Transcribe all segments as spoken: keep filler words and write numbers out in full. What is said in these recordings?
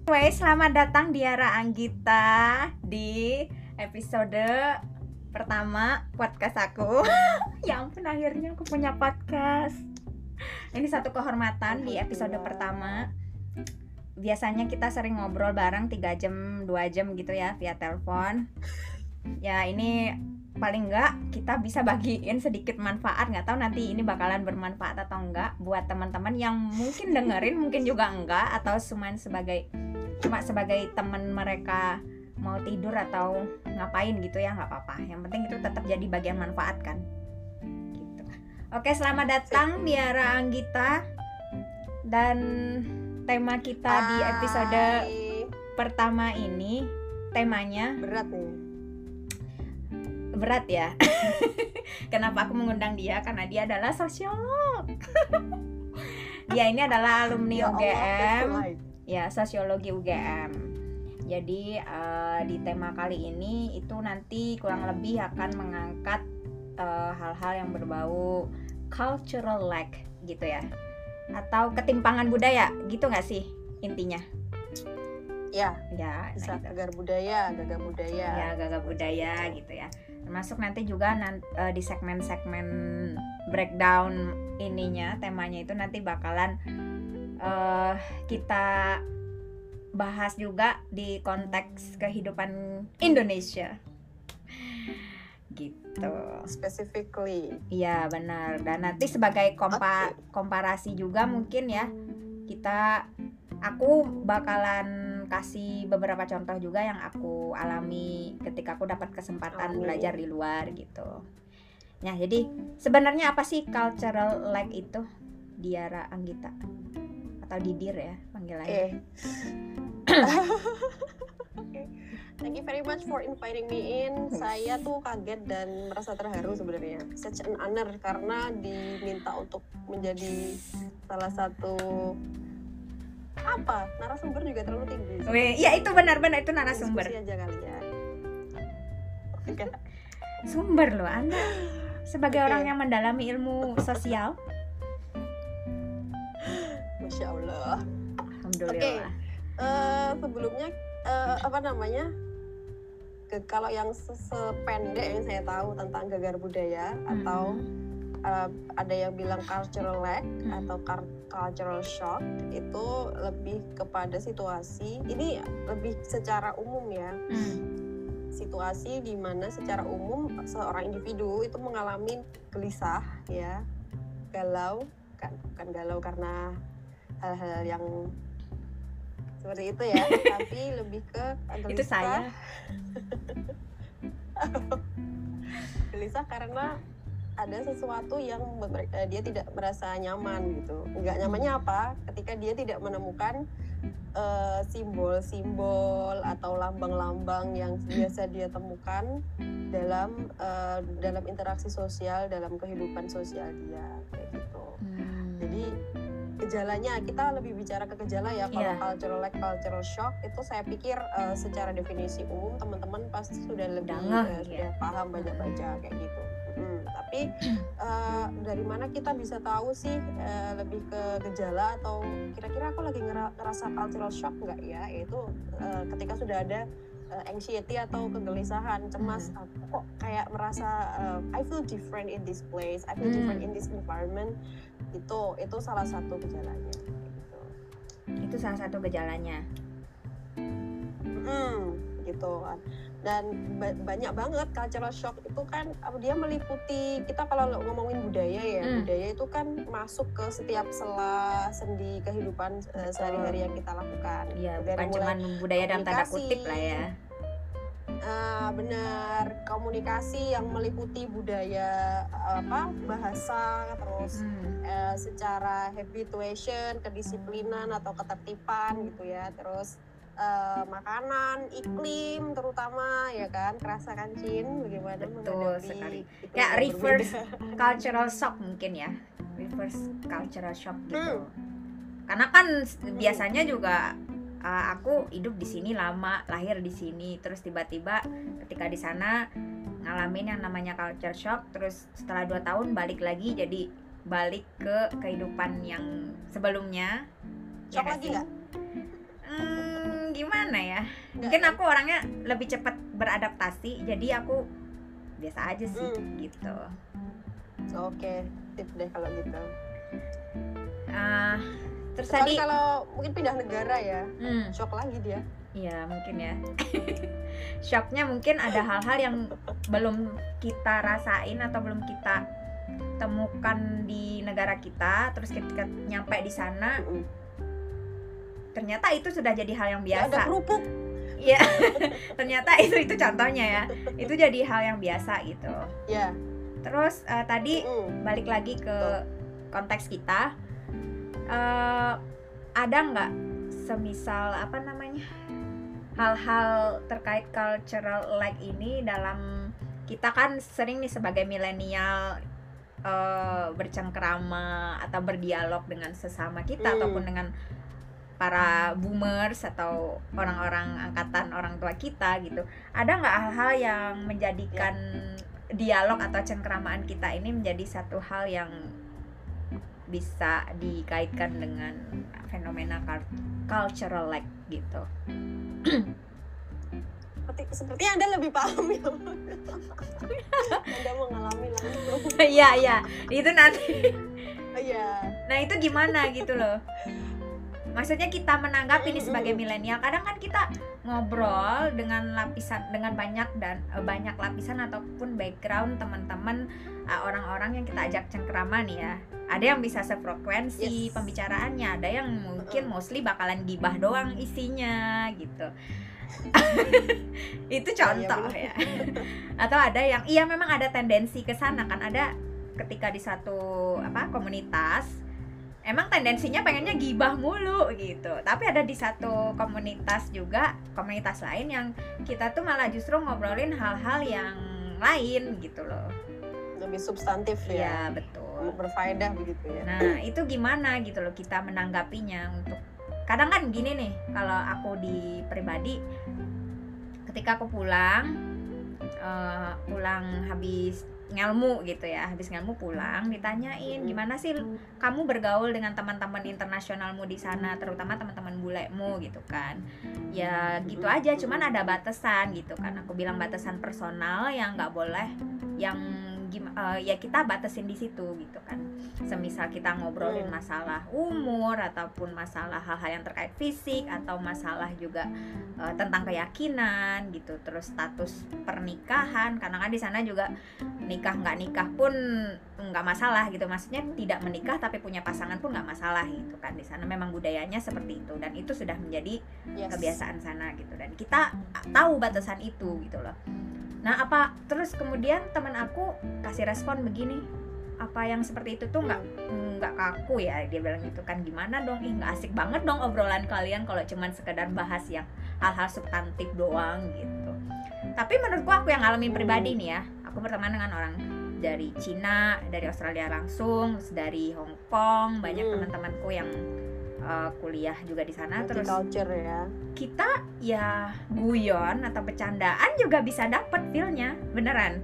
Anyway, selamat datang Diara Anggita di episode pertama podcast aku. Ya ampun, akhirnya aku punya podcast. Ini satu kehormatan di episode pertama. Biasanya kita sering ngobrol bareng tiga jam, dua jam gitu ya via telepon. Ya ini paling enggak kita bisa bagiin sedikit manfaat. Nggak tahu nanti ini bakalan bermanfaat atau enggak buat teman-teman yang mungkin dengerin, mungkin juga enggak, atau cuma sebagai cuma sebagai teman mereka mau tidur atau ngapain gitu ya, nggak apa-apa. Yang penting itu tetap jadi bagian manfaat kan. Gitu. Oke, selamat datang Diara Anggita. Dan tema kita Hai. Di episode pertama ini temanya berat nih. Berat ya. Kenapa aku mengundang dia? Karena dia adalah sosiolog. Dia ini adalah alumni Ya U G M. Allah, Ya, sosiologi U G M. Jadi uh, di tema kali ini itu nanti kurang lebih akan mengangkat uh, hal-hal yang berbau cultural lag gitu ya, atau ketimpangan budaya gitu nggak sih intinya? Ya, ya bisa nah gitu. gagar budaya, gagar budaya. Ya, gagar budaya gitu ya. Termasuk nanti juga nanti, uh, di segmen-segmen breakdown ininya, temanya itu nanti bakalan uh, kita bahas juga di konteks kehidupan Indonesia gitu. Specifically. Iya benar. Dan nanti sebagai kompa- okay. komparasi juga mungkin ya, kita aku bakalan kasih beberapa contoh juga yang aku alami ketika aku dapat kesempatan oh. belajar di luar gitu. Nah, jadi sebenarnya apa sih cultural lag itu, Diara Anggita? Atau Didir ya panggilannya? Okay. Okay. Thank you very much for inviting me in. Saya tuh kaget dan merasa terharu sebenarnya. Such an honor karena diminta untuk menjadi salah satu apa narasumber juga terlalu tinggi. Weh, ya itu benar-benar itu narasumber. Diskusi aja kali ya. Okay. Sumber loh Anda sebagai okay. orang yang mendalami ilmu sosial. Masya Allah. Alhamdulillah. Oke. Okay. Uh, sebelumnya uh, apa namanya? Ke, kalau yang sependek yang saya tahu tentang gagar budaya hmm. atau uh, ada yang bilang cultural lag hmm. atau cultural shock, itu lebih kepada situasi. Ini lebih secara umum ya. Hmm. Situasi di mana secara umum seorang individu itu mengalami gelisah ya, galau kan, bukan galau karena hal-hal yang seperti itu ya, tapi lebih ke gelisah. Itu saya. Gelisah karena ada sesuatu yang dia tidak merasa nyaman gitu. Enggak nyamannya apa? Ketika dia tidak menemukan uh, simbol-simbol atau lambang-lambang yang biasa dia temukan dalam uh, dalam interaksi sosial, dalam kehidupan sosial dia kayak gitu. Hmm. Jadi gejalanya, kita lebih bicara ke gejala ya. Kalau yeah. cultural lag, cultural shock itu saya pikir uh, secara definisi umum teman-teman pasti sudah lebih uh, ya. sudah paham, banyak baca kayak gitu. Hmm, tapi uh, dari mana kita bisa tahu sih uh, lebih ke gejala atau kira-kira aku lagi ngerasa cultural shock nggak ya? Yaitu uh, ketika sudah ada uh, anxiety atau kegelisahan, cemas, hmm. aku kok kayak merasa uh, I feel different in this place, I feel hmm. different in this environment. Itu itu salah satu gejalanya gitu. Itu salah satu gejalanya. Hmm, gitu kan. Dan ba- banyak banget cultural shock itu kan dia meliputi, kita kalau ngomongin budaya ya, hmm. budaya itu kan masuk ke setiap sela sendi kehidupan uh, sehari-hari yang kita lakukan. Iya, bukan cuma budaya dalam tanda kutip lah ya. Uh, benar, komunikasi yang meliputi budaya apa bahasa, terus hmm. uh, secara habituation, kedisiplinan atau ketertiban gitu ya, terus uh, makanan, iklim terutama ya kan, kerasa kan Cin bagaimana betul sekali. Kayak reverse cultural shock mungkin ya, reverse cultural shock gitu. Hmm. Karena kan biasanya juga Uh, aku hidup di sini lama, lahir di sini, terus tiba-tiba ketika di sana ngalamin yang namanya culture shock, terus setelah dua tahun balik lagi jadi balik ke kehidupan yang sebelumnya. Shock ya lagi nggak? Hmm, gimana ya? Nggak, Mungkin kan? aku orangnya lebih cepat beradaptasi, jadi aku biasa aja sih Hmm. gitu. Oke, sip deh kalau gitu. Ah, terus Kecuali tadi, kalau mungkin pindah negara ya, hmm, shock lagi dia. ya mungkin ya. Shocknya mungkin ada hal-hal yang belum kita rasain atau belum kita temukan di negara kita, terus ketika nyampe di sana Mm-mm. ternyata itu sudah jadi hal yang Nggak ada biasa. kerupuk. Iya, ternyata itu itu contohnya ya. Itu jadi hal yang biasa gitu. Ya. Terus eh, tadi Mm. balik lagi ke konteks kita, eh, ada nggak semisal apa namanya hal-hal terkait cultural lag ini dalam kita kan sering nih sebagai milenial eh, bercengkerama atau berdialog dengan sesama kita Hmm. ataupun dengan para boomers atau orang-orang angkatan orang tua kita gitu. Ada nggak hal-hal yang menjadikan dialog atau cengkeramaan kita ini menjadi satu hal yang bisa dikaitkan dengan fenomena cul- cultural lag gitu? Seperti, sepertinya Anda lebih paham ya. Anda mengalami langsung. Iya iya, itu nanti. Oh, iya. Nah itu gimana gitu loh? Maksudnya kita menanggapi ini Mm-mm. sebagai milenial. Kadang kan kita ngobrol dengan lapisan, dengan banyak dan eh, banyak lapisan ataupun background teman-teman, eh, orang-orang yang kita ajak cengkerama nih ya. Ada yang bisa sefrekuensi Yes. pembicaraannya, ada yang mungkin mostly bakalan gibah doang isinya gitu. Itu contoh Iya, ya. Atau ada yang iya memang ada tendensi ke sana kan, ada ketika di satu apa komunitas emang tendensinya pengennya gibah mulu gitu, tapi ada di satu komunitas juga komunitas lain yang kita tuh malah justru ngobrolin hal-hal yang lain gitu loh. Lebih substantif ya. Iya betul. Berfaedah begitu ya. Nah itu gimana gitu loh kita menanggapinya. Untuk kadang kan gini nih, kalau aku di pribadi ketika aku pulang uh, pulang habis ngelmu gitu ya, habis ngelmu pulang ditanyain gimana sih kamu bergaul dengan teman-teman internasionalmu di sana, terutama teman-teman bulemu gitu kan. Ya gitu aja, cuman ada batasan gitu kan. Aku bilang batasan personal yang nggak boleh, yang gim- uh, ya kita batasin di situ gitu kan. Semisal kita ngobrolin masalah umur ataupun masalah hal-hal yang terkait fisik atau masalah juga uh, tentang keyakinan gitu, terus status pernikahan, karena kan di sana juga nikah nggak nikah pun nggak masalah gitu, maksudnya tidak menikah tapi punya pasangan pun nggak masalah gitu kan. Di sana memang budayanya seperti itu dan itu sudah menjadi Yes. kebiasaan sana gitu, dan kita tahu batasan itu gitu loh. Nah apa terus kemudian teman aku kasih respon begini, apa yang seperti itu tuh nggak nggak kaku ya, dia bilang gitu kan. Gimana dong, ih nggak asik banget dong obrolan kalian kalau cuman sekedar bahas yang hal-hal substantif doang gitu. Tapi menurutku aku yang ngalamin pribadi nih ya, aku berteman dengan orang dari Cina, dari Australia langsung, terus dari Hong Kong, banyak Hmm. teman-temanku yang uh, kuliah juga di sana. Terus Multiculture ya. kita ya guyon atau bercandaan juga bisa dapet feel-nya, beneran.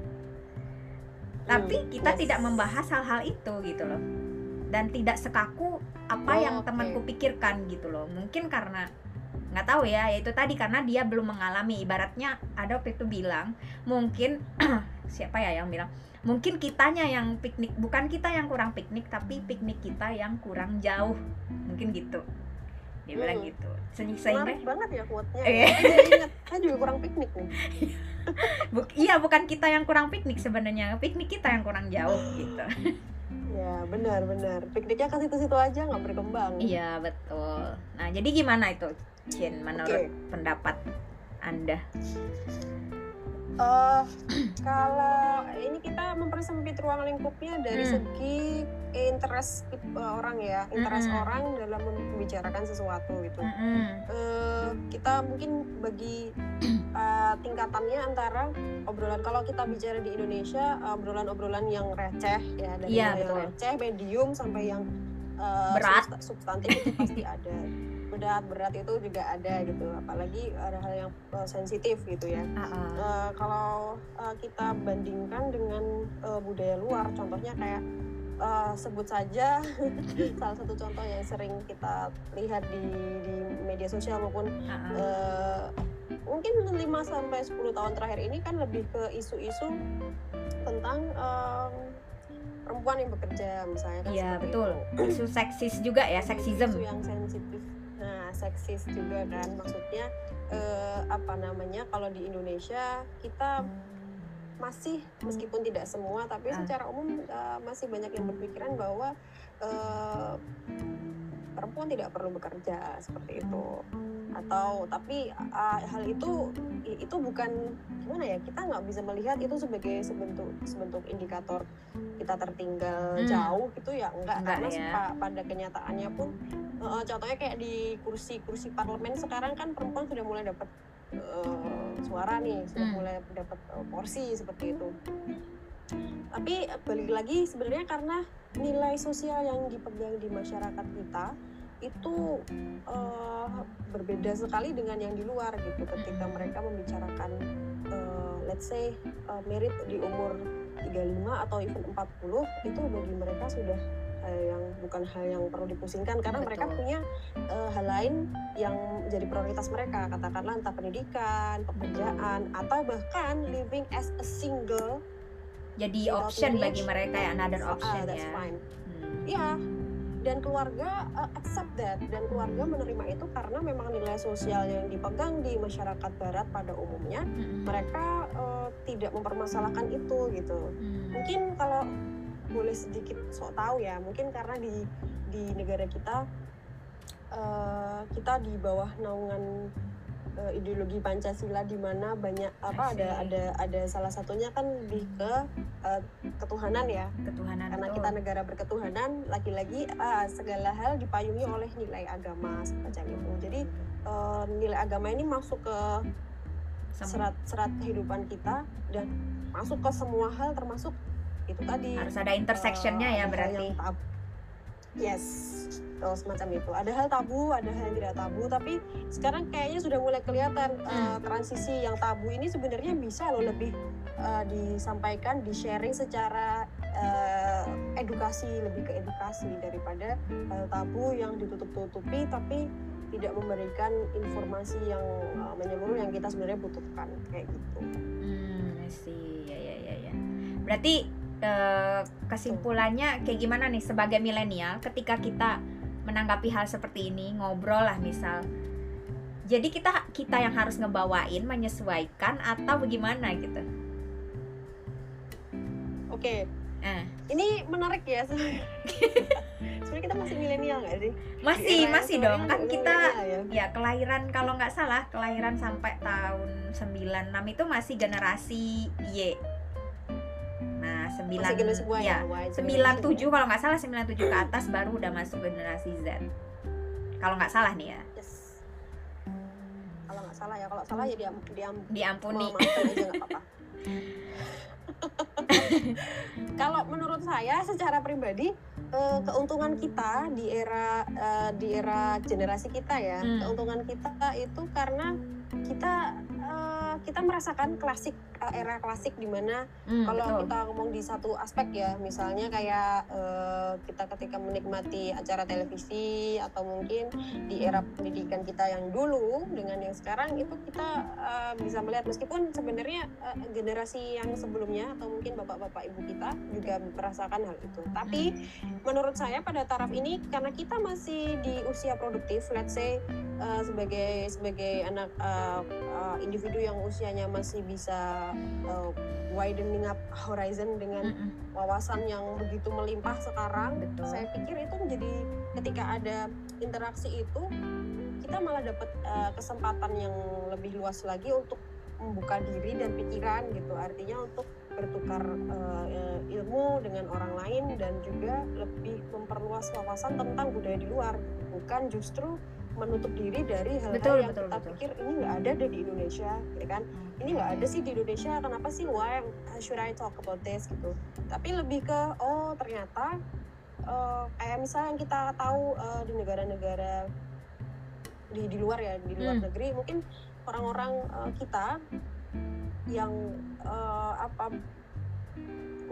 Tapi Hmm, kita yes. tidak membahas hal-hal itu gitu loh, dan tidak sekaku apa Oh, yang oke. temanku pikirkan gitu loh. Mungkin karena nggak tahu ya, yaitu tadi karena dia belum mengalami. Ibaratnya ada waktu itu bilang mungkin siapa ya yang bilang mungkin kitanya yang piknik, bukan kita yang kurang piknik tapi piknik kita yang kurang jauh, mungkin gitu dia bilang Hmm. gitu. Se- sehingga Menarik banget ya quote-nya. Iya. Saya jadi ingat, saya juga kurang piknik nih. Buk- iya bukan kita yang kurang piknik sebenarnya, piknik kita yang kurang jauh gitu. Ya benar-benar. Pikniknya ke situ-situ aja nggak berkembang. Iya betul. Nah jadi gimana itu Cin menurut Oke. pendapat Anda? Eh, kalau ini kita mempersempit ruang lingkupnya dari Hmm. segi interest uh, orang ya, interest Mm-mm. orang dalam membicarakan sesuatu gitu. Mm-mm. Eh, kita mungkin bagi uh, tingkatannya antara obrolan, kalau kita bicara di Indonesia, obrolan-obrolan yang receh ya, dari Iya, mulai yang betul. receh, medium sampai yang uh, Berat. substa- substantif itu pasti ada. Berat berat itu juga ada gitu, apalagi ada hal yang uh, sensitif gitu ya. Uh-uh. Uh, kalau uh, kita bandingkan dengan uh, budaya luar, contohnya kayak uh, sebut saja salah satu contoh yang sering kita lihat di, di media sosial maupun uh-huh. uh, mungkin lima sampai sepuluh tahun terakhir ini kan lebih ke isu-isu tentang um, perempuan yang bekerja misalnya kan. Iya betul, isu seksis juga ya, seksisme. Isu yang sensitif, nah seksis juga kan, maksudnya eh, apa namanya, kalau di Indonesia kita masih, meskipun tidak semua tapi ah. secara umum uh, masih banyak yang berpikiran bahwa uh, perempuan tidak perlu bekerja seperti itu, atau tapi uh, hal itu itu bukan gimana ya, kita nggak bisa melihat itu sebagai sebentuk sebentuk indikator kita tertinggal hmm. jauh gitu ya, enggak, enggak karena ya. Pada kenyataannya pun uh, contohnya kayak di kursi-kursi parlemen sekarang kan perempuan sudah mulai dapat uh, suara nih, sudah hmm. mulai dapat uh, porsi seperti itu. Tapi balik lagi sebenarnya karena nilai sosial yang dipegang di masyarakat kita itu uh, berbeda sekali dengan yang di luar gitu. Ketika mereka membicarakan uh, let's say uh, merit di umur tiga puluh lima atau even empat puluh, itu bagi mereka sudah hal yang bukan hal yang perlu dipusingkan karena Betul. mereka punya uh, hal lain yang menjadi prioritas mereka, katakanlah entah pendidikan, pekerjaan, atau bahkan living as a single jadi option bagi mereka ya, another option uh, that's ya. Fine. Hmm. Ya, dan keluarga uh, accept that, dan keluarga menerima itu karena memang nilai sosial yang dipegang di masyarakat Barat pada umumnya, hmm. mereka uh, tidak mempermasalahkan itu gitu. Hmm. Mungkin kalau boleh sedikit sok tahu ya, mungkin karena di di negara kita uh, kita di bawah naungan uh, ideologi Pancasila, di mana banyak apa ada ada ada salah satunya kan lebih ke uh, ketuhanan ya. Ketuhanan. Karena betul. kita negara berketuhanan, lagi-lagi uh, segala hal dipayungi oleh nilai agama semacam itu. Jadi uh, nilai agama ini masuk ke serat-serat kehidupan kita dan masuk ke semua hal, termasuk itu tadi. Harus ada intersectionnya uh, ya berarti. Yes, terus semacam itu. Ada hal tabu, ada hal yang tidak tabu, tapi sekarang kayaknya sudah mulai kelihatan hmm. uh, transisi yang tabu ini sebenarnya bisa loh lebih uh, disampaikan, di-sharing secara uh, edukasi, lebih ke edukasi daripada hal tabu yang ditutup-tutupi tapi tidak memberikan informasi yang uh, menyeluruh yang kita sebenarnya butuhkan, kayak gitu. Hmm, I see. Ya ya ya ya. Berarti kesimpulannya kayak gimana nih sebagai milenial ketika kita menanggapi hal seperti ini, ngobrol lah misal, jadi kita kita yang harus ngebawain, menyesuaikan atau bagaimana gitu? Oke, okay. eh. ini menarik ya. Sebenarnya kita masih milenial nggak sih? Masih ya, masih dong kan kita ya. ya kelahiran kalau nggak salah kelahiran sampai tahun sembilan puluh enam itu masih generasi Y. Nah, sembilan ya, sembilan puluh tujuh kalau nggak salah, sembilan puluh tujuh ke atas baru udah masuk generasi Z. Kalau nggak salah nih ya. Yes. Kalau nggak salah ya, kalau salah ya diam, diam, diampuni. Maafkan aja nggak apa-apa. Kalau menurut saya secara pribadi, eh, keuntungan kita di era eh, di era generasi kita ya, hmm. keuntungan kita itu karena kita eh, kita merasakan klasik, era klasik di mana hmm, kalau betul. Kita ngomong di satu aspek ya, misalnya kayak uh, kita ketika menikmati acara televisi atau mungkin di era pendidikan kita yang dulu dengan yang sekarang itu kita uh, bisa melihat, meskipun sebenarnya uh, generasi yang sebelumnya atau mungkin bapak-bapak ibu kita juga merasakan hal itu. Tapi menurut saya pada taraf ini karena kita masih di usia produktif, let's say uh, sebagai sebagai anak uh, uh, individu yang usianya masih bisa uh, widening up horizon dengan mm-mm. wawasan yang begitu melimpah sekarang. Betul. Saya pikir itu menjadi ketika ada interaksi itu kita malah dapat uh, kesempatan yang lebih luas lagi untuk membuka diri dan pikiran gitu, artinya untuk bertukar uh, ilmu dengan orang lain dan juga lebih memperluas wawasan tentang budaya di luar, bukan justru menutup diri dari hal-hal betul, yang betul, kita betul. pikir ini nggak ada deh di Indonesia, gitu kan? Ini nggak ada sih di Indonesia, kenapa sih? Why should I talk about this gitu? Tapi lebih ke oh ternyata uh, kayak misalnya yang kita tahu uh, di negara-negara di di luar ya, di luar hmm. negeri mungkin orang-orang uh, kita yang uh, apa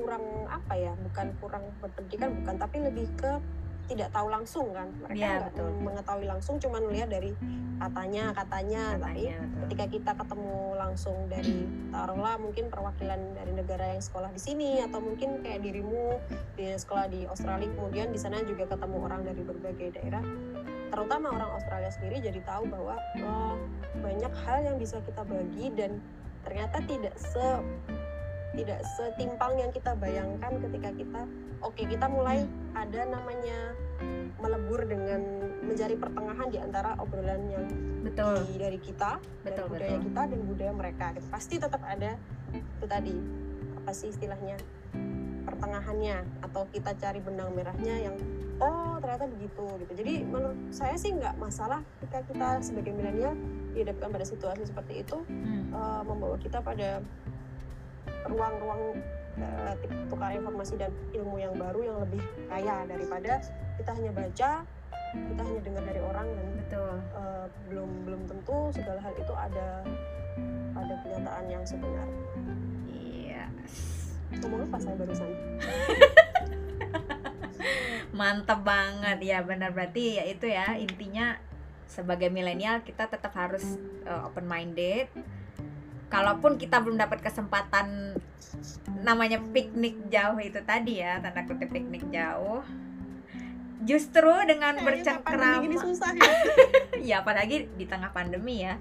kurang apa ya, bukan kurang berpendidikan, bukan, tapi lebih ke tidak tahu langsung kan, mereka Iya, nggak betul. mengetahui langsung, cuma melihat dari katanya katanya tapi Katanya, betul. ketika kita ketemu langsung dari taruhlah mungkin perwakilan dari negara yang sekolah di sini, atau mungkin kayak dirimu di sekolah di Australia, kemudian di sana juga ketemu orang dari berbagai daerah, terutama orang Australia sendiri, jadi tahu bahwa oh, banyak hal yang bisa kita bagi dan ternyata tidak se tidak setimpang yang kita bayangkan ketika kita oke okay, kita mulai ada namanya melebur dengan mencari pertengahan di antara obrolan yang Betul. di, dari kita, Betul, dari budaya betul. kita dan budaya mereka gitu. Pasti tetap ada itu tadi, apa sih istilahnya, pertengahannya, atau kita cari benang merahnya yang oh ternyata begitu gitu. Jadi menurut saya sih nggak masalah ketika kita sebagai milenial dihadapkan pada situasi seperti itu, Hmm. uh, membawa kita pada ruang-ruang uh, tukar informasi dan ilmu yang baru yang lebih kaya daripada kita hanya baca, kita hanya dengar dari orang dan Betul. uh, belum belum tentu segala hal itu ada pada kenyataan yang sebenarnya. Iya. Ngomong apa saya barusan? Mantap banget ya, benar, berarti ya itu ya intinya sebagai milenial kita tetap harus uh, open minded. Kalaupun kita belum dapat kesempatan namanya piknik jauh itu tadi ya, tanda kutip piknik jauh, justru dengan bercengkrama, ini susah ya. ya apalagi di tengah pandemi ya,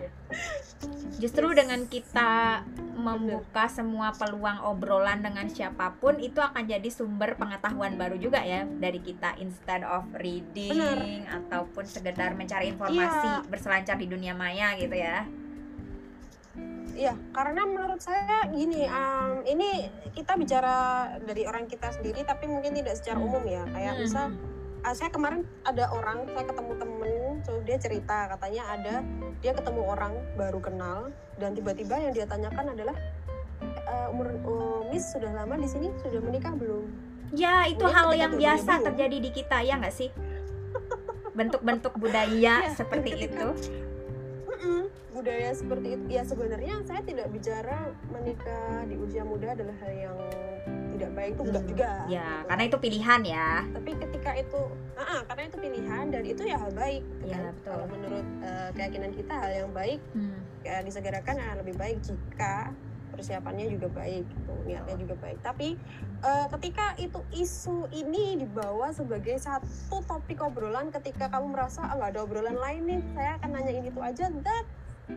justru dengan kita membuka semua peluang obrolan dengan siapapun, itu akan jadi sumber pengetahuan baru juga ya dari kita, instead of reading. Bener. Ataupun sekedar mencari informasi ya, berselancar di dunia maya gitu ya. Iya, karena menurut saya gini, um, ini kita bicara dari orang kita sendiri, tapi mungkin tidak secara umum ya. Kayak hmm. misal, uh, saya kemarin ada orang, saya ketemu temen, so dia cerita katanya ada dia ketemu orang baru kenal, dan tiba-tiba yang dia tanyakan adalah uh, umur uh, Miss sudah lama di sini, sudah menikah belum? Ya itu Kemudian hal yang biasa belum terjadi di kita ya nggak sih? Bentuk-bentuk budaya ya, seperti itu. Mm-mm, budaya seperti itu ya, sebenarnya saya tidak bicara menikah di usia muda adalah hal yang tidak baik, itu enggak juga ya gitu. Karena itu pilihan ya, tapi ketika itu uh-uh, karena itu pilihan dan itu ya hal baik gitu ya, kan? Kalau menurut uh, keyakinan kita hal yang baik hmm. ya disegerakan ya lebih baik jika persiapannya juga baik gitu, niatnya juga baik. Tapi uh, ketika itu isu ini dibawa sebagai satu topik obrolan, ketika kamu merasa ah, nggak ada obrolan lain nih, saya akan nanyain itu aja, that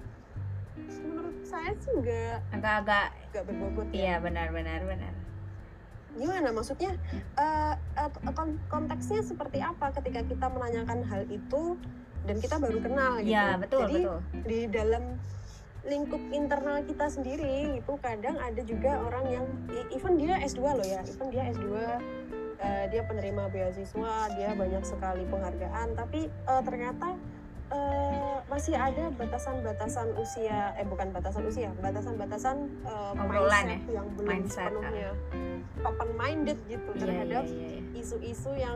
menurut saya sih nggak agak-agak nggak berbobot ya. Iya benar-benar benar. Gimana maksudnya, uh, uh, konteksnya seperti apa ketika kita menanyakan hal itu dan kita baru kenal gitu. Iya betul. Jadi betul. Di dalam lingkup internal kita sendiri itu kadang ada juga orang yang even dia S dua loh ya, even dia S dua, uh, dia penerima beasiswa, dia banyak sekali penghargaan, tapi uh, ternyata uh, masih ada batasan-batasan usia, eh bukan batasan usia, batasan-batasan uh, mindset ya? Yang belum mindset, sepenuhnya uh. open minded gitu yeah, terhadap yeah, yeah, yeah. isu-isu yang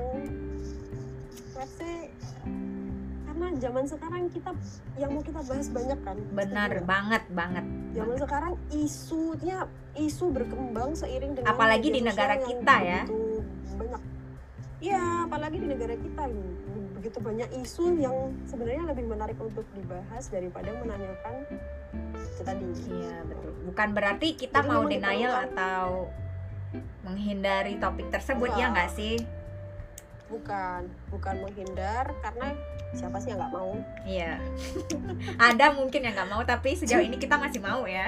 let's say, karena zaman sekarang kita yang mau kita bahas banyak kan. Benar ya? banget banget. Zaman banget. Sekarang isunya isu berkembang seiring dengan apalagi di negara kita ya. Banyak. Iya, apalagi di negara kita begitu banyak isu yang sebenarnya lebih menarik untuk dibahas daripada menanyakan itu tadi. Iya, betul. Bukan berarti kita jadi mau denial atau menghindari topik tersebut. Bukan. Ya nggak sih? Bukan, bukan menghindar, karena siapa sih yang nggak mau? Iya. Ada mungkin yang nggak mau, tapi sejauh ini kita masih mau ya.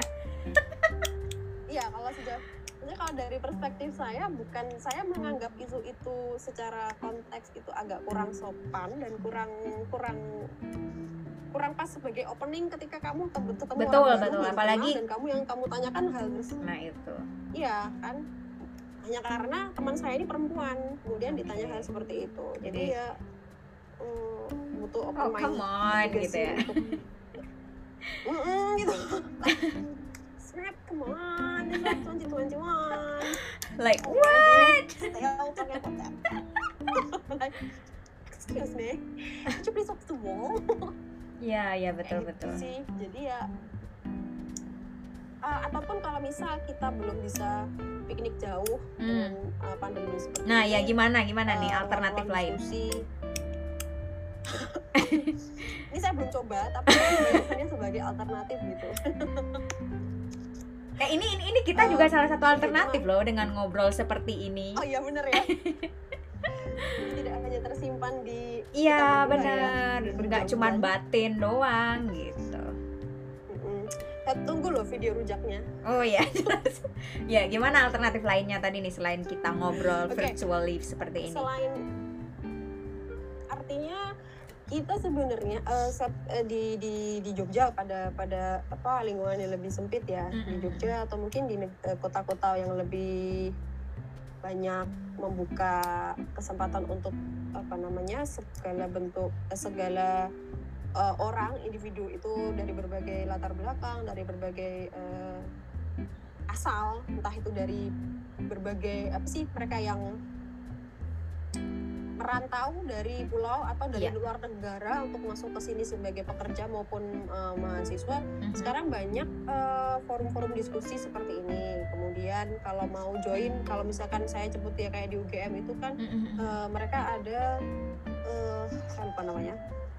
Iya, kalau sejauh, maksudnya kalau dari perspektif saya, bukan saya menganggap isu itu secara konteks itu agak kurang sopan dan kurang kurang kurang pas sebagai opening ketika kamu ketemu betul, orang betul. baru Apalagi dan kamu yang kamu tanyakan hal tersebut. Nah itu. Iya kan. Hanya karena teman saya ini perempuan, kemudian ditanya hal seperti itu. Jadi ya um, butuh open oh, mind. Come on gitu ya. Untuk, gitu. Snap, come on, it's like twenty twenty-one. Like what? Stay out talking about that. Like, excuse me, could you please talk to the wall? Iya, iya betul Kayak betul. Gitu sih. Jadi ya uh, ataupun kalau misal kita belum bisa piknik jauh hmm. dengan uh, pandemi seperti nah ini, ya gimana gimana uh, nih alternatif lain diskusi. Ini saya belum coba tapi biasanya sebagai alternatif gitu. Eh ini ini, ini kita uh, juga salah satu alternatif loh dengan ngobrol seperti ini. Oh iya benar ya. Tidak hanya tersimpan di iya benar, ya, nggak cuma batin doang gitu. Mm-mm. Eh, tunggu loh video rujaknya. Oh iya. Ya gimana alternatif lainnya tadi nih selain kita ngobrol okay. virtually seperti ini? Selain artinya kita sebenarnya uh, di di di Jogja pada pada apa lingkungan yang lebih sempit ya, mm-hmm. di Jogja atau mungkin di uh, kota-kota yang lebih banyak membuka kesempatan untuk apa namanya segala bentuk eh, segala uh, orang individu itu dari berbagai latar belakang, dari berbagai uh, asal, entah itu dari berbagai apa sih mereka yang merantau dari pulau atau dari yeah. luar negara untuk masuk ke sini sebagai pekerja maupun uh, mahasiswa. Mm-hmm. Sekarang banyak uh, forum-forum diskusi seperti ini. Kemudian kalau mau join, kalau misalkan saya sebut ya kayak di U G M itu kan mm-hmm. uh, mereka ada uh, saya lupa namanya.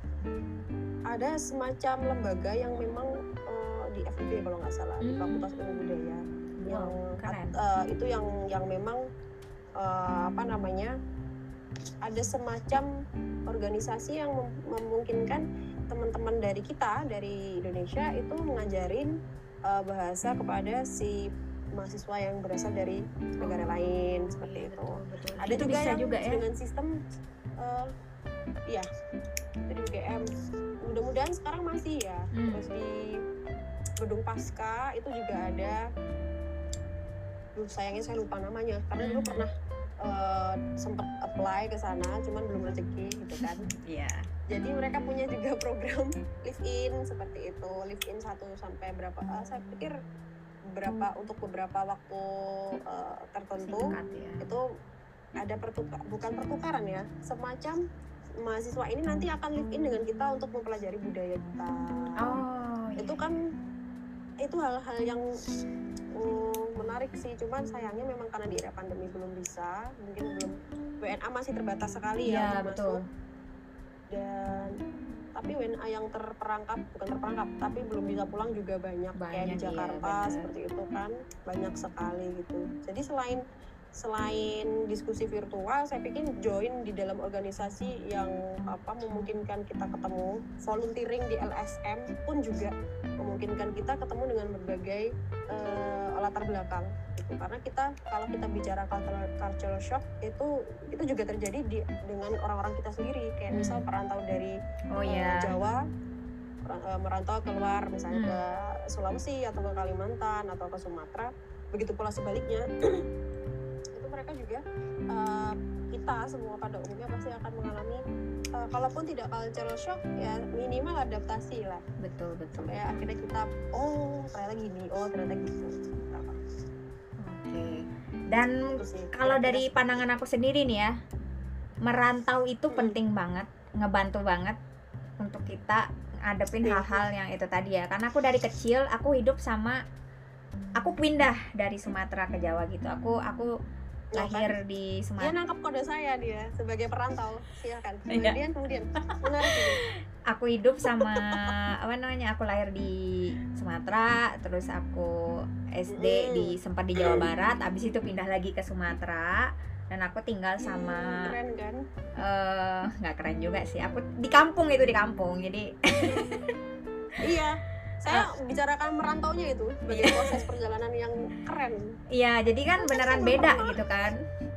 Ada semacam lembaga yang memang uh, di F I B kalau nggak salah, mm-hmm. di Fakultas Ilmu Budaya. Wow, yang keren. Uh, itu yang yang memang uh, apa namanya? Ada semacam organisasi yang mem- memungkinkan teman-teman dari kita dari Indonesia itu mengajarin uh, bahasa kepada si mahasiswa yang berasal dari negara lain seperti itu. Betul, betul. Ada itu juga bisa yang juga, ya? dengan sistem uh, ya dari U G M. Mudah-mudahan sekarang masih ya. Hmm. Terus di Gedung Pasca itu juga ada. Duh, sayangnya saya lupa namanya karena hmm. dulu pernah Uh, sempat apply ke sana, cuman belum rezeki gitu kan. Iya. Yeah. Jadi mereka punya juga program live in seperti itu, live in satu sampai berapa? Uh, saya pikir berapa untuk beberapa waktu uh, tertentu. Singkat, ya. Itu ada pertukar, bukan pertukaran ya, semacam mahasiswa ini nanti akan live in dengan kita untuk mempelajari budaya kita. Oh. Itu yeah. kan itu hal-hal yang um, menarik sih, cuman sayangnya memang karena di era pandemi belum bisa, mungkin belum W N A masih terbatas sekali ya, ya betul. Masuk. Dan tapi W N A yang terperangkap bukan terperangkap tapi belum bisa pulang juga banyak, banyak kayak di Jakarta iya, seperti itu kan banyak sekali gitu. Jadi selain selain diskusi virtual, saya pikir join di dalam organisasi yang apa memungkinkan kita ketemu, volunteering di L S M pun juga memungkinkan kita ketemu dengan berbagai uh, latar belakang gitu. Karena kita kalau kita bicara cultural, cultural shock itu itu juga terjadi di, dengan orang-orang kita sendiri, kayak misal perantau dari oh, uh, yeah. Jawa uh, merantau keluar misalnya hmm. ke Sulawesi atau ke Kalimantan atau ke Sumatera, begitu pula sebaliknya. Mereka juga uh, kita semua pada umumnya pasti akan mengalami uh, kalaupun tidak cultural shock ya minimal adaptasi lah. Betul betul. Sampai akhirnya kita oh ternyata gini, oh ternyata gitu. Oke. Okay. Dan kalau dari pandangan aku sendiri nih ya, merantau itu hmm. penting banget, ngebantu banget untuk kita ngadepin hmm. hal-hal yang itu tadi ya. Karena aku dari kecil aku hidup sama aku pindah dari Sumatera ke Jawa gitu. Aku aku lahir di Sumatera. Dia nangkap kode saya dia sebagai perantau. Silakan. Kemudian kemudian menarik ini. Aku hidup sama apa namanya? Aku lahir di Sumatera, terus aku S D hmm. di sempat di Jawa Barat, abis itu pindah lagi ke Sumatera dan aku tinggal sama hmm, keren kan? Eh, nggak keren juga sih. Aku di kampung itu di kampung. Jadi iya. Saya uh, bicarakan merantaunya itu sebagai proses perjalanan yang keren. Iya, jadi kan beneran beda gitu kan.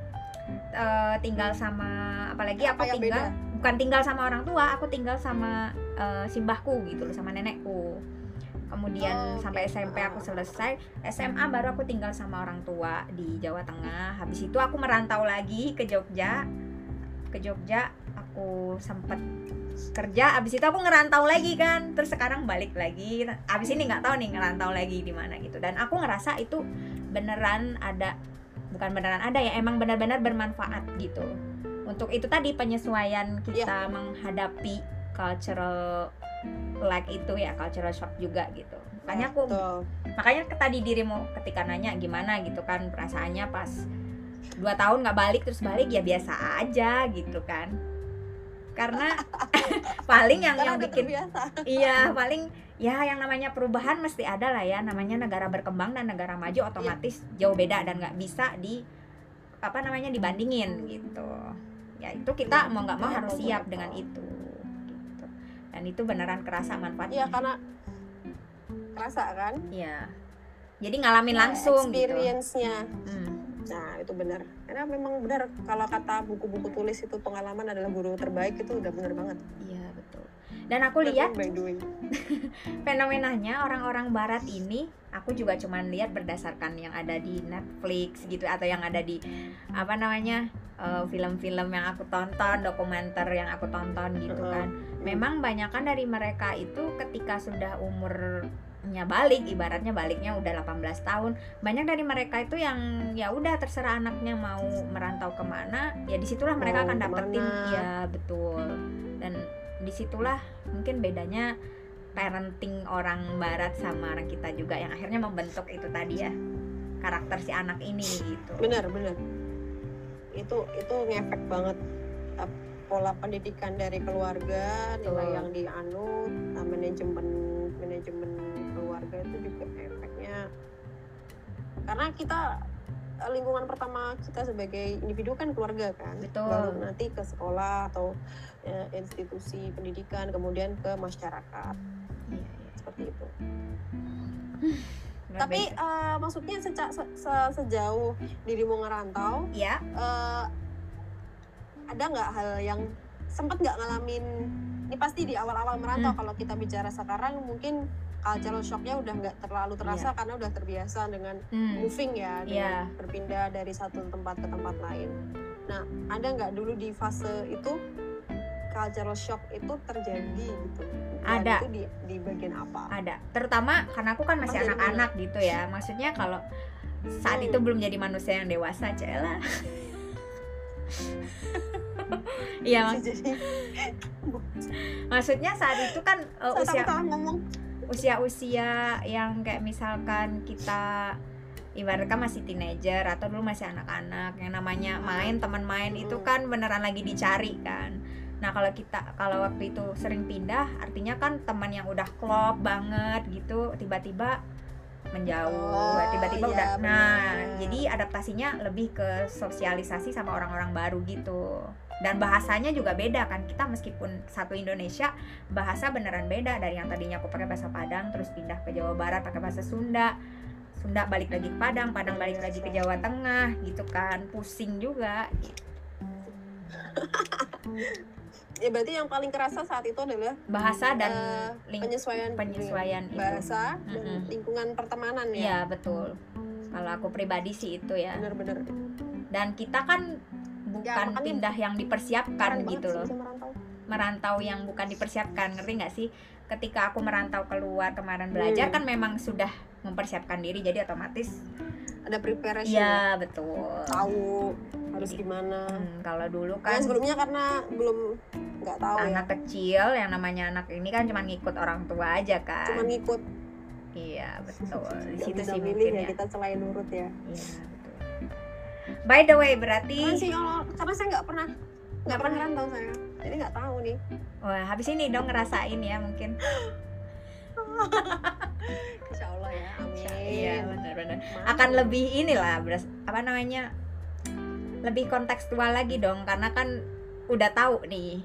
Uh, tinggal sama apalagi apa aku tinggal beda? Bukan tinggal sama orang tua, aku tinggal sama uh, simbahku gitu loh, sama nenekku. Kemudian oh, sampai okay. S M P aku selesai, S M A baru aku tinggal sama orang tua di Jawa Tengah. Habis itu aku merantau lagi ke Jogja. Ke Jogja aku sempet kerja, abis itu aku ngerantau lagi kan, terus sekarang balik lagi, abis ini nggak tahu nih ngerantau lagi di mana gitu. Dan aku ngerasa itu beneran ada, bukan beneran ada ya, emang benar-benar bermanfaat gitu. Untuk itu tadi penyesuaian kita yeah. menghadapi cultural like itu ya, cultural shock juga gitu. Makanya aku Betul. makanya tadi dirimu ketika nanya gimana gitu kan perasaannya pas dua tahun nggak balik terus balik, ya biasa aja gitu kan. Karena paling yang Karena yang udah bikin terbiasa. iya paling ya yang namanya perubahan mesti ada lah ya, namanya negara berkembang dan negara maju otomatis jauh beda dan nggak bisa di apa namanya dibandingin gitu. Ya itu kita mau nggak mau harus siap dengan itu gitu. Dan itu beneran kerasa manfaatnya. Iya, karena kerasa kan Iya. Jadi ngalamin ya, langsung gitu. experience-nya. Hmm. Nah itu benar, karena memang benar kalau kata buku-buku tulis itu pengalaman adalah guru terbaik, itu udah benar banget. Iya betul. Dan aku lihat by doing. fenomenanya orang-orang barat ini, aku juga cuman lihat berdasarkan yang ada di Netflix gitu atau yang ada di apa namanya uh, film-film yang aku tonton, dokumenter yang aku tonton gitu kan. Memang banyakan dari mereka itu ketika sudah umurnya balik, ibaratnya baliknya udah delapan belas tahun, banyak dari mereka itu yang ya udah terserah anaknya mau merantau kemana, ya disitulah mereka Mau akan dapetin kemana. ya betul. Dan disitulah mungkin bedanya parenting orang barat sama orang kita juga yang akhirnya membentuk itu tadi ya karakter si anak ini gitu. Benar benar. Itu itu ngefek banget uh, pola pendidikan dari keluarga, nilai Betul. yang dianut, uh, manajemen manajemen keluarga itu juga efeknya. Karena kita uh, lingkungan pertama kita sebagai individu kan keluarga kan. Betul. Baru nanti ke sekolah atau uh, institusi pendidikan, kemudian ke masyarakat. Iya, iya. Seperti itu. Luar Tapi biasa. uh, maksudnya seca- se- se- sejauh dirimu ngerantau, ya uh, ada nggak hal yang sempat nggak ngalamin? Ini pasti di awal-awal merantau. Hmm. Kalau kita bicara sekarang mungkin cultural shocknya udah nggak terlalu terasa Iya. karena udah terbiasa dengan hmm. moving ya, dengan Iya. berpindah dari satu tempat ke tempat lain. Nah, ada nggak dulu di fase itu cultural shock itu terjadi gitu? Dan Ada. itu di, di bagian apa? Ada, terutama karena aku kan masih Oh, jadi anak-anak gitu ya. Maksudnya kalau saat Hmm. itu belum jadi manusia yang dewasa, Cela. Iya, mak- Jadi maksudnya saat itu kan uh, saya usia salah ngomong. usia-usia yang kayak misalkan kita ibaratkan masih teenager atau dulu masih anak-anak, yang namanya main, teman main itu kan beneran lagi dicari kan. Nah kalau kita kalau waktu itu sering pindah, artinya kan teman yang udah klop banget gitu tiba-tiba menjauh, Oh, tiba-tiba iya, udah. Nah bener. jadi adaptasinya lebih ke sosialisasi sama orang-orang baru gitu. Dan bahasanya juga beda kan, kita meskipun satu Indonesia, bahasa beneran beda. Dari yang tadinya aku pakai bahasa Padang terus pindah ke Jawa Barat pakai bahasa Sunda, Sunda balik lagi ke Padang, Padang balik lagi ke Jawa Tengah gitu kan, pusing juga gitu. Ya berarti yang paling kerasa saat itu adalah Bahasa dan eh, ling- penyesuaian penyesuaian itu. bahasa dan Mm-mm. lingkungan pertemanan ya. Iya betul. Kalau aku pribadi sih itu ya. Bener-bener. Dan kita kan bukan makanya pindah yang dipersiapkan Keren gitu banget sih loh. bisa merantau. Merantau yang bukan dipersiapkan, ngerti nggak sih? Ketika aku merantau keluar kemarin belajar Hmm. kan memang sudah mempersiapkan diri, jadi otomatis Ada preparation ya. iya betul. Tahu harus Jadi, gimana. Hmm, kalau dulu Kan kan sebelumnya karena belum nggak tahu anak ya. kecil yang namanya anak ini kan cuma ngikut orang tua aja kan. Cuma ngikut. Iya betul. Di Nggak situ bisa sih milih mungkin ya ya. kita selain nurut ya. Iya betul. By the way berarti Karena sih kalau karena saya nggak pernah nggak pernah rantau saya. Jadi nggak tahu nih. wah habis ini dong ngerasain ya mungkin. Insya Allah ya. Amin. Iya benar-benar. Mau. Akan lebih inilah beras- apa namanya lebih kontekstual lagi dong karena kan udah tahu nih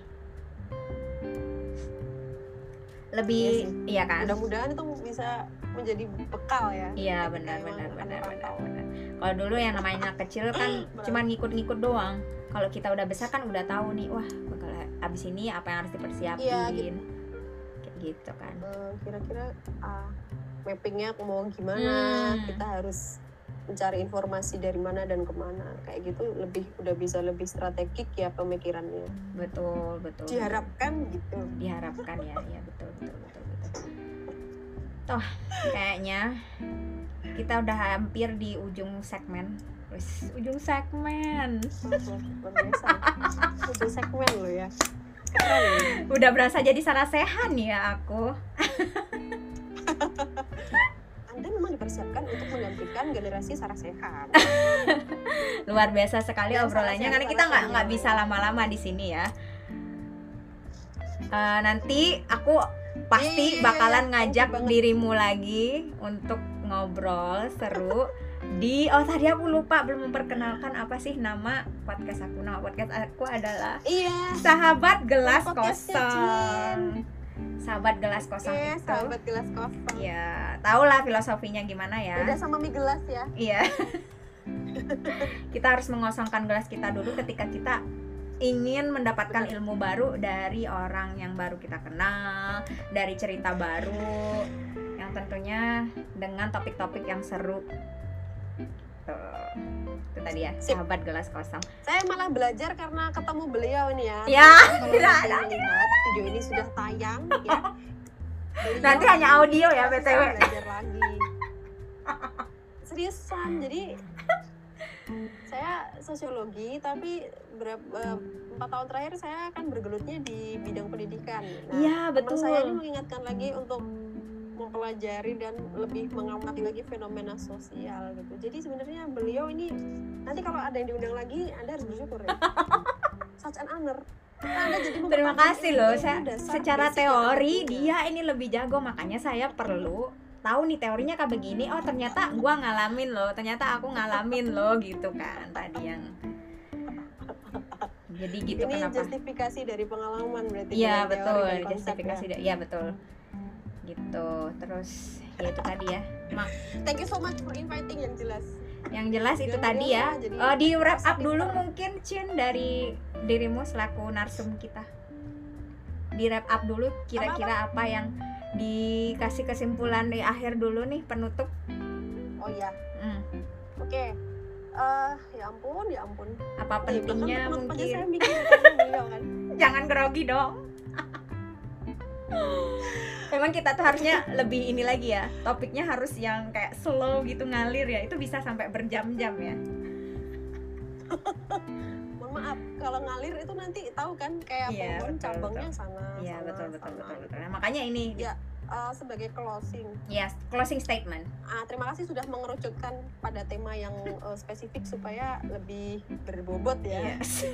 lebih Iya sih. iya kan Mudah-mudahan itu bisa menjadi bekal ya. iya ketika benar emang benar akan benar benar merantau. benar. Kalau dulu yang namanya anak kecil kan cuma ngikut-ngikut doang. Kalau kita udah besar kan udah tahu nih wah bakal abis ini apa yang harus dipersiapin Iya, gitu. kayak gitu kan. Eh, kira-kira ah, mappingnya aku mau gimana, Hmm. kita harus mencari informasi dari mana dan kemana, kayak gitu lebih udah bisa lebih strategik ya pemikirannya. Betul betul. Diharapkan gitu. diharapkan ya ya betul betul betul betul. Toh kayaknya kita udah hampir di ujung segmen. Wis, ujung segmen. Luar biasa. Itu segmen lo ya. Udah berasa jadi sarasehan ya aku. Anda memang dipersiapkan untuk menggantikan generasi sarasehan. Luar biasa sekali Ya, obrolannya, sarasehan, karena kita nggak nggak sarasehan. bisa lama-lama di sini ya. Eh, nanti aku pasti Iya, iya, iya, bakalan iya. ngajak Thank you banget. dirimu lagi untuk ngobrol seru di oh tadi aku lupa belum memperkenalkan apa sih nama podcast aku. Nama podcast aku adalah Iya. Sahabat Gelas Podcastnya Kosong. Sahabat Gelas Kosong Oke, itu. sahabat gelas kosong. Ya, tahulah filosofinya gimana ya. Beda sama mie gelas ya. Iya. Kita harus mengosongkan gelas kita dulu ketika kita ingin mendapatkan Betul. ilmu baru dari orang yang baru kita kenal, dari cerita baru, yang tentunya dengan topik-topik yang seru. Tuh. Itu tadi ya, Sip. sahabat gelas kosong. Saya malah belajar karena ketemu beliau ini ya. Ya, Kalau tidak nanti melihat video ini sudah tayang ya. Beliau Nanti hanya audio ya, B T W. saya belajar lagi. Seriusan, jadi saya sosiologi tapi berapa empat tahun terakhir saya akan bergelutnya di bidang pendidikan. Nah, Iya, teman betul. saya ini mengingatkan lagi untuk mempelajari dan lebih mengamati lagi fenomena sosial gitu. Jadi sebenarnya beliau ini nanti kalau ada yang diundang lagi, Anda harus bersyukur ya. Such an honor. Nah, Anda jadi Terima mempertahankan kasih ilmu loh. ilmu Saya dasar secara basic yang Anda teori punya. dia ini lebih jago, makanya saya perlu tahu nih teorinya kayak begini. Oh, ternyata gua ngalamin loh. Ternyata aku ngalamin loh gitu kan tadi yang. Jadi gitu Ini kenapa? justifikasi dari pengalaman berarti. Iya, dengan teori betul. dan konsep Justifikasi ya. da- iya betul. Gitu. Terus ya itu tadi ya. Mak Thank you so much for inviting yang jelas. yang jelas itu Jangan tadi ya. bilang jadi Oh, di wrap up positif dulu banget. mungkin Cin dari dirimu selaku narsum kita. Di wrap up dulu kira-kira apa yang dikasih kesimpulan di akhir dulu nih penutup. Oh iya. Hmm. Oke. Eh, ya ampun, ya ampun. Apa Iya, pentingnya bahkan penutup aja mungkin saya mikir karena beliau kan. jangan grogi dong. Memang kita tuh harusnya lebih ini lagi ya, topiknya harus yang kayak slow gitu ngalir ya, itu bisa sampai berjam-jam ya. Mohon maaf, kalau ngalir itu nanti tahu kan kayak Iya, pohon betul, cabangnya betul. sana. Iya sana, betul betul sana. betul betul. Nah, makanya ini Ya, eh, sebagai closing. ya closing statement. Ah, terima kasih sudah mengerucutkan pada tema yang eh, spesifik supaya lebih berbobot ya. Yes.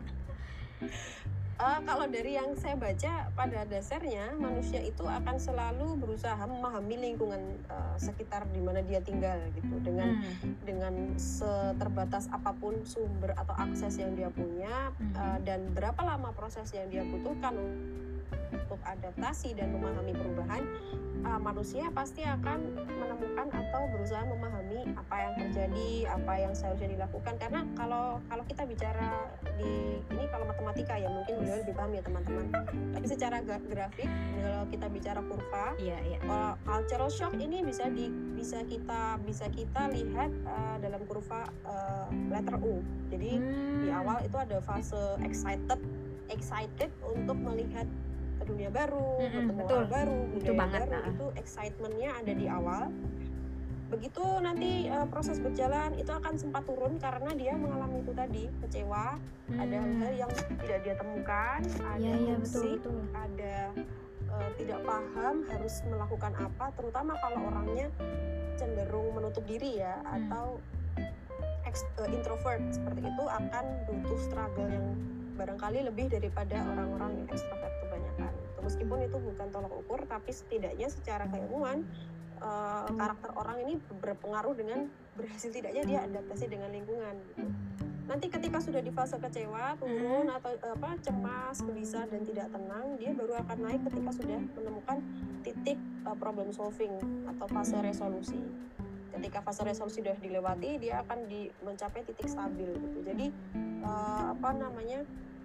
Eh, kalau dari yang saya baca, pada dasarnya manusia itu akan selalu berusaha memahami lingkungan eh, sekitar di mana dia tinggal gitu, dengan Hmm. dengan seterbatas apapun sumber atau akses yang dia punya, Hmm. eh, dan berapa lama proses yang dia butuhkan untuk adaptasi dan memahami perubahan, eh, manusia pasti akan menemukan atau berusaha memahami apa yang terjadi, apa yang seharusnya dilakukan. Karena kalau kalau kita bicara di ini kalau matematika ya mungkin beliau lebih paham ya teman-teman. Tapi secara ga- grafik kalau kita bicara kurva, Iya iya. uh, cultural shock ini bisa di bisa kita bisa kita lihat uh, dalam kurva uh, letter U. Jadi di Hmm. awal itu ada fase excited excited untuk melihat dunia baru, Mm-mm, bertemu betul. orang baru, Itu budaya banget, baru, nah. itu excitementnya ada di awal. Begitu nanti uh, proses berjalan itu akan sempat turun karena dia mengalami itu tadi, kecewa, ada Hmm. hal-hal yang tidak dia temukan, ada Iya iya betul homesick, betul. ada uh, tidak paham harus melakukan apa, terutama kalau orangnya cenderung menutup diri ya, Hmm. atau ex- uh, introvert seperti itu akan butuh struggle yang barangkali lebih daripada orang-orang yang ekstrovert kebanyakan. Meskipun itu bukan tolak ukur, tapi setidaknya secara keilmuan uh, karakter orang ini berpengaruh dengan berhasil tidaknya dia adaptasi dengan lingkungan. Gitu. Nanti ketika sudah di fase kecewa, turun atau apa cemas, gelisah dan tidak tenang, dia baru akan naik ketika sudah menemukan titik uh, problem solving atau fase resolusi. Ketika fase resolusi sudah dilewati, dia akan di, mencapai titik stabil gitu. Jadi uh, apa namanya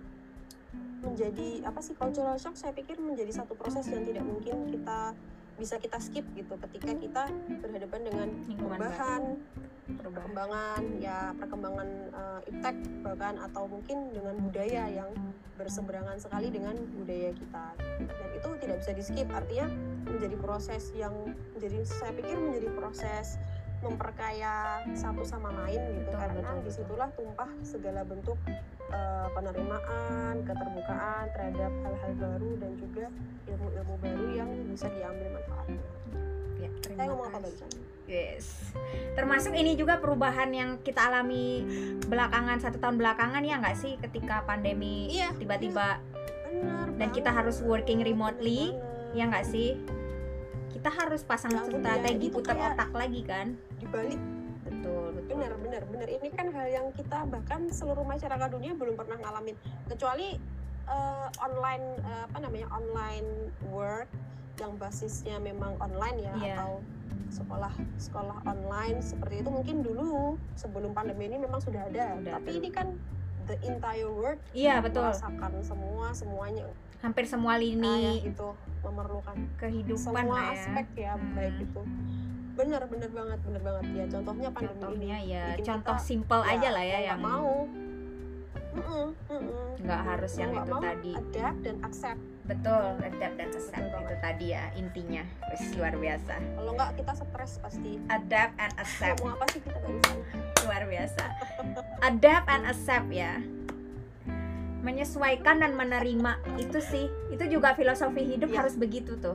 menjadi apa sih cultural shock? Saya pikir menjadi satu proses yang tidak mungkin kita bisa kita skip gitu ketika kita berhadapan dengan Lingkungan perubahan, Perubahan. perkembangan ya perkembangan uh, iptek bahkan atau mungkin dengan budaya yang berseberangan sekali dengan budaya kita, dan itu tidak bisa di skip. Artinya menjadi proses yang menjadi saya pikir menjadi proses memperkaya satu sama lain gitu. Betul, Karena betul, betul. disitulah tumpah segala bentuk uh, penerimaan, keterbukaan terhadap hal-hal baru dan juga ilmu-ilmu baru yang bisa diambil manfaatnya. Ya, Saya ngomong apa barusan? Yes. Termasuk ini juga perubahan yang kita alami belakangan satu tahun belakangan ya nggak sih, ketika pandemi Iya, tiba-tiba Benar dan kita banget. harus working remotely, Benar ya nggak sih? Kita harus pasang Ya ampun, strategi ya, itu putar kayak- otak lagi kan? dibalik. Betul, betul. Benar, benar, benar. Ini kan hal yang kita bahkan seluruh masyarakat dunia belum pernah ngalamin, kecuali uh, online uh, apa namanya online work yang basisnya memang online ya, Iya. atau sekolah sekolah online seperti itu mungkin dulu sebelum pandemi ini memang sudah ada. Udah Tapi ada. ini kan the entire world Iya, betul. merasakan semua semuanya Hampir semua ah, lini yang itu memerlukan kehidupan semua lah ya. aspek ya, Hmm. baik itu benar benar banget benar banget ya, contohnya pandemi Contohnya ini ya, bikin contoh kita, simple aja lah ya mau yang nggak mau Mm-mm, mm-mm. nggak harus yang Mau nggak itu mau, tadi. adapt dan accept. Betul, adapt dan accept Betul banget. itu tadi ya intinya. Wis, luar biasa. Kalau nggak kita stres pasti. Adapt and accept, Ngomong apa sih kita barusan? luar biasa. Adapt and accept ya. Menyesuaikan dan menerima, itu sih, itu juga filosofi hidup Iya. harus begitu tuh.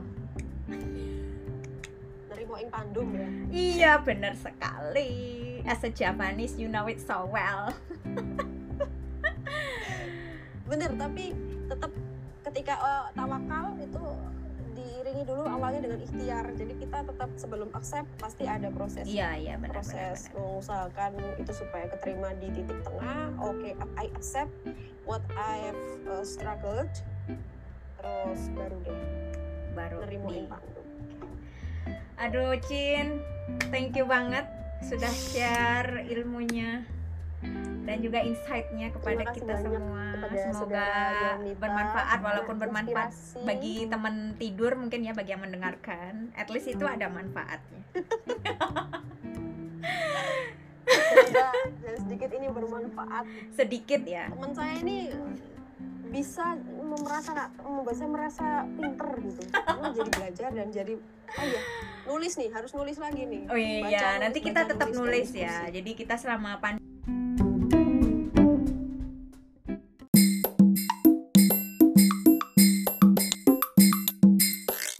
Nerimo ing pandum ya. Iya, benar sekali. As a Japanese, you know it so well. Bener, tapi tetap ketika uh, tawakal itu diiringi dulu awalnya dengan ikhtiar. Jadi kita tetap sebelum accept pasti ada proses. Iya, iya, benar, benar, proses benar. mengusahakan itu supaya keterima di titik tengah. Oke, I accept what I have uh, struggled. Terus baru deh Baru nerimo di. ing pandum. Aduh, Cin, thank you banget sudah share ilmunya dan juga insight-nya kepada Terima kasih kita banyak semua. kepada Semoga saudara Yonita. bermanfaat, walaupun bermanfaat Inspirasi. bagi teman tidur mungkin ya, bagi yang mendengarkan. At least itu ada manfaatnya. Semoga dan sedikit ini bermanfaat. Sedikit ya. Teman saya ini bisa merasa membuat saya merasa pinter gitu. Karena jadi belajar dan jadi oh ya nulis nih, harus nulis lagi nih. Oh iya, Baca, nulis, nanti kita baca, tetap nulis, nulis dan ya. diskusi. Jadi kita selama pandemi